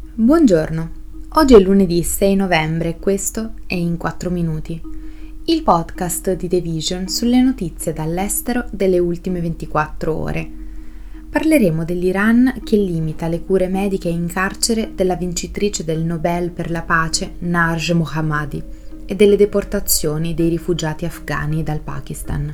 Buongiorno, oggi è lunedì 6 novembre e questo è In 4 Minuti, il podcast di The Vision sulle notizie dall'estero delle ultime 24 ore. Parleremo dell'Iran che limita le cure mediche in carcere della vincitrice del Nobel per la pace Narges Mohammadi e delle deportazioni dei rifugiati afghani dal Pakistan.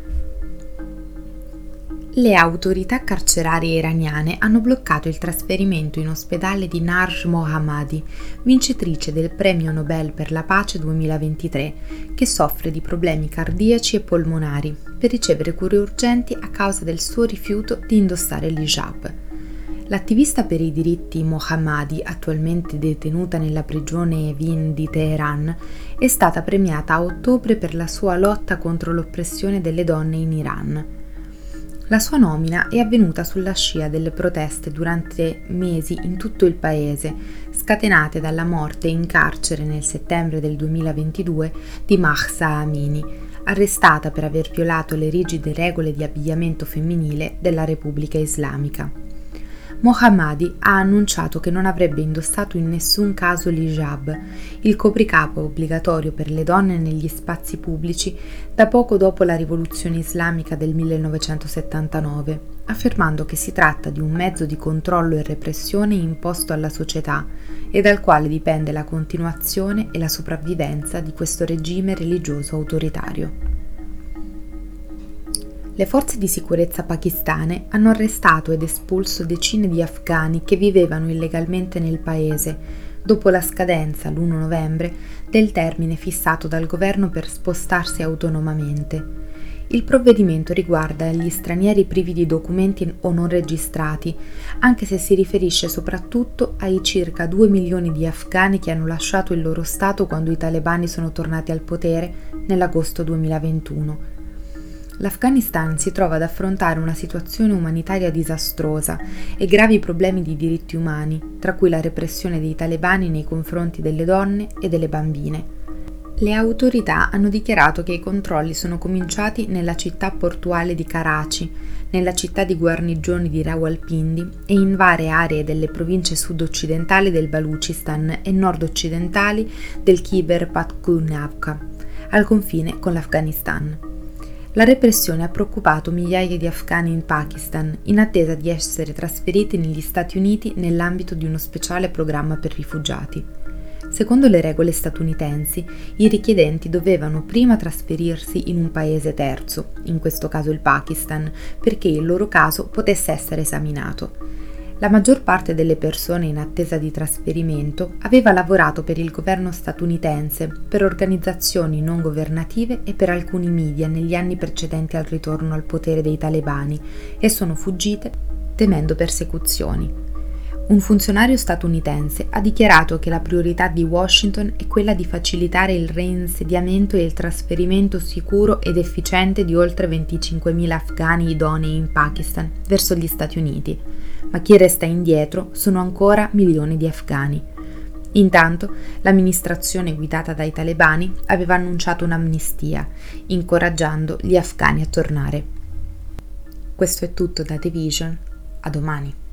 Le autorità carcerarie iraniane hanno bloccato il trasferimento in ospedale di Narges Mohammadi, vincitrice del Premio Nobel per la pace 2023, che soffre di problemi cardiaci e polmonari, per ricevere cure urgenti a causa del suo rifiuto di indossare l'hijab. L'attivista per i diritti Mohammadi, attualmente detenuta nella prigione Evin di Teheran, è stata premiata a ottobre per la sua lotta contro l'oppressione delle donne in Iran. La sua nomina è avvenuta sulla scia delle proteste durante mesi in tutto il paese, scatenate dalla morte in carcere nel settembre del 2022 di Mahsa Amini, arrestata per aver violato le rigide regole di abbigliamento femminile della Repubblica Islamica. Mohammadi ha annunciato che non avrebbe indossato in nessun caso l'hijab, il copricapo obbligatorio per le donne negli spazi pubblici, da poco dopo la rivoluzione islamica del 1979, affermando che si tratta di un mezzo di controllo e repressione imposto alla società e dal quale dipende la continuazione e la sopravvivenza di questo regime religioso autoritario. Le forze di sicurezza pakistane hanno arrestato ed espulso decine di afghani che vivevano illegalmente nel paese, dopo la scadenza, l'1 novembre, del termine fissato dal governo per spostarsi autonomamente. Il provvedimento riguarda gli stranieri privi di documenti o non registrati, anche se si riferisce soprattutto ai circa 2 milioni di afghani che hanno lasciato il loro stato quando i talebani sono tornati al potere nell'agosto 2021. L'Afghanistan si trova ad affrontare una situazione umanitaria disastrosa e gravi problemi di diritti umani, tra cui la repressione dei talebani nei confronti delle donne e delle bambine. Le autorità hanno dichiarato che i controlli sono cominciati nella città portuale di Karachi, nella città di guarnigione di Rawalpindi e in varie aree delle province sud-occidentali del Baluchistan e nord-occidentali del Khyber Pakhtunkhwa, al confine con l'Afghanistan. La repressione ha preoccupato migliaia di afghani in Pakistan, in attesa di essere trasferiti negli Stati Uniti nell'ambito di uno speciale programma per rifugiati. Secondo le regole statunitensi, i richiedenti dovevano prima trasferirsi in un paese terzo, in questo caso il Pakistan, perché il loro caso potesse essere esaminato. La maggior parte delle persone in attesa di trasferimento aveva lavorato per il governo statunitense, per organizzazioni non governative e per alcuni media negli anni precedenti al ritorno al potere dei talebani e sono fuggite temendo persecuzioni. Un funzionario statunitense ha dichiarato che la priorità di Washington è quella di facilitare il reinsediamento e il trasferimento sicuro ed efficiente di oltre 25.000 afghani idonei in Pakistan verso gli Stati Uniti, ma chi resta indietro sono ancora milioni di afghani. Intanto, l'amministrazione guidata dai talebani aveva annunciato un'amnistia, incoraggiando gli afghani a tornare. Questo è tutto da The Vision, a domani.